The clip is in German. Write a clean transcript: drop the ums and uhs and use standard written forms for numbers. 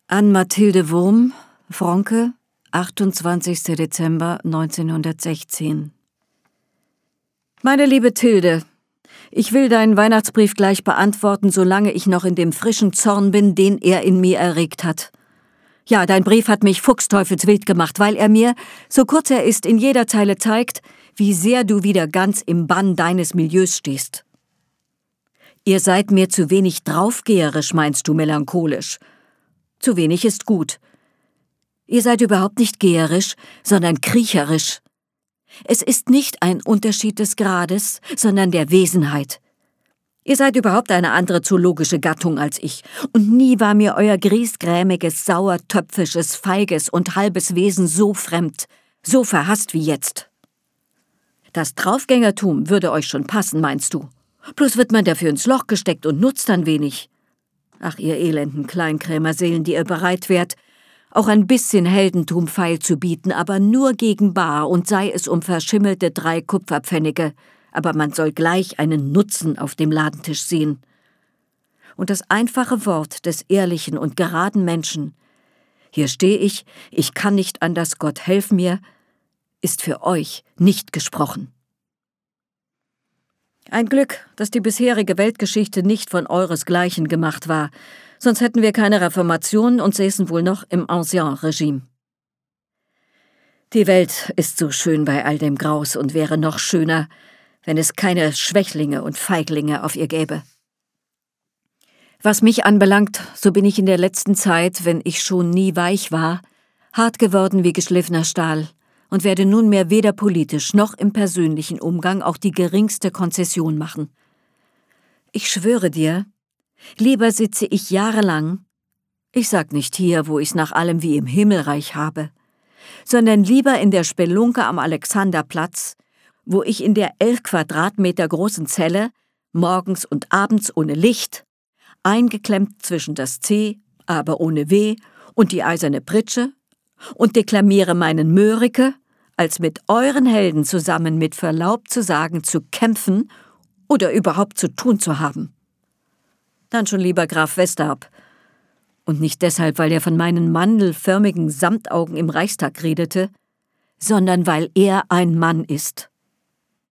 An Mathilde Wurm, Wronke, 28. Dezember 1916. Meine liebe Tilde, ich will deinen Weihnachtsbrief gleich beantworten, solange ich noch in dem frischen Zorn bin, den er in mir erregt hat. Ja, dein Brief hat mich fuchsteufelswild gemacht, weil er mir, so kurz er ist, in jeder Zeile zeigt, wie sehr du wieder ganz im Bann deines Milieus stehst. Ihr seid mir zu wenig draufgeherisch, meinst du melancholisch. Zu wenig ist gut. Ihr seid überhaupt nicht geherisch, sondern kriecherisch. Es ist nicht ein Unterschied des Grades, sondern der Wesenheit. Ihr seid überhaupt eine andere zoologische Gattung als ich, und nie war mir euer griesgrämiges, sauertöpfisches, feiges und halbes Wesen so fremd, so verhasst wie jetzt. Das Draufgängertum würde euch schon passen, meinst du? Bloß wird man dafür ins Loch gesteckt und nutzt dann wenig. Ach, ihr elenden Kleinkrämerseelen, die ihr bereit wärt, auch ein bisschen Heldentum feil zu bieten, aber nur gegen bar und sei es um verschimmelte 3 Kupferpfennige, aber man soll gleich einen Nutzen auf dem Ladentisch sehen. Und das einfache Wort des ehrlichen und geraden Menschen, hier stehe ich kann nicht anders, Gott helf mir, ist für euch nicht gesprochen. Ein Glück, dass die bisherige Weltgeschichte nicht von euresgleichen gemacht war, sonst hätten wir keine Reformation und säßen wohl noch im Ancien-Regime. Die Welt ist so schön bei all dem Graus und wäre noch schöner, wenn es keine Schwächlinge und Feiglinge auf ihr gäbe. Was mich anbelangt, so bin ich in der letzten Zeit, wenn ich schon nie weich war, hart geworden wie geschliffener Stahl und werde nunmehr weder politisch noch im persönlichen Umgang auch die geringste Konzession machen. Ich schwöre dir, lieber sitze ich jahrelang, ich sag nicht hier, wo ich's nach allem wie im Himmelreich habe, sondern lieber in der Spelunke am Alexanderplatz, wo ich in der 11 Quadratmeter großen Zelle, morgens und abends ohne Licht, eingeklemmt zwischen das C, aber ohne W und die eiserne Pritsche, und deklamiere meinen Mörike, als mit euren Helden zusammen mit Verlaub zu sagen zu kämpfen oder überhaupt zu tun zu haben. Dann schon lieber Graf Westerb. Und nicht deshalb, weil er von meinen mandelförmigen Samtaugen im Reichstag redete, sondern weil er ein Mann ist.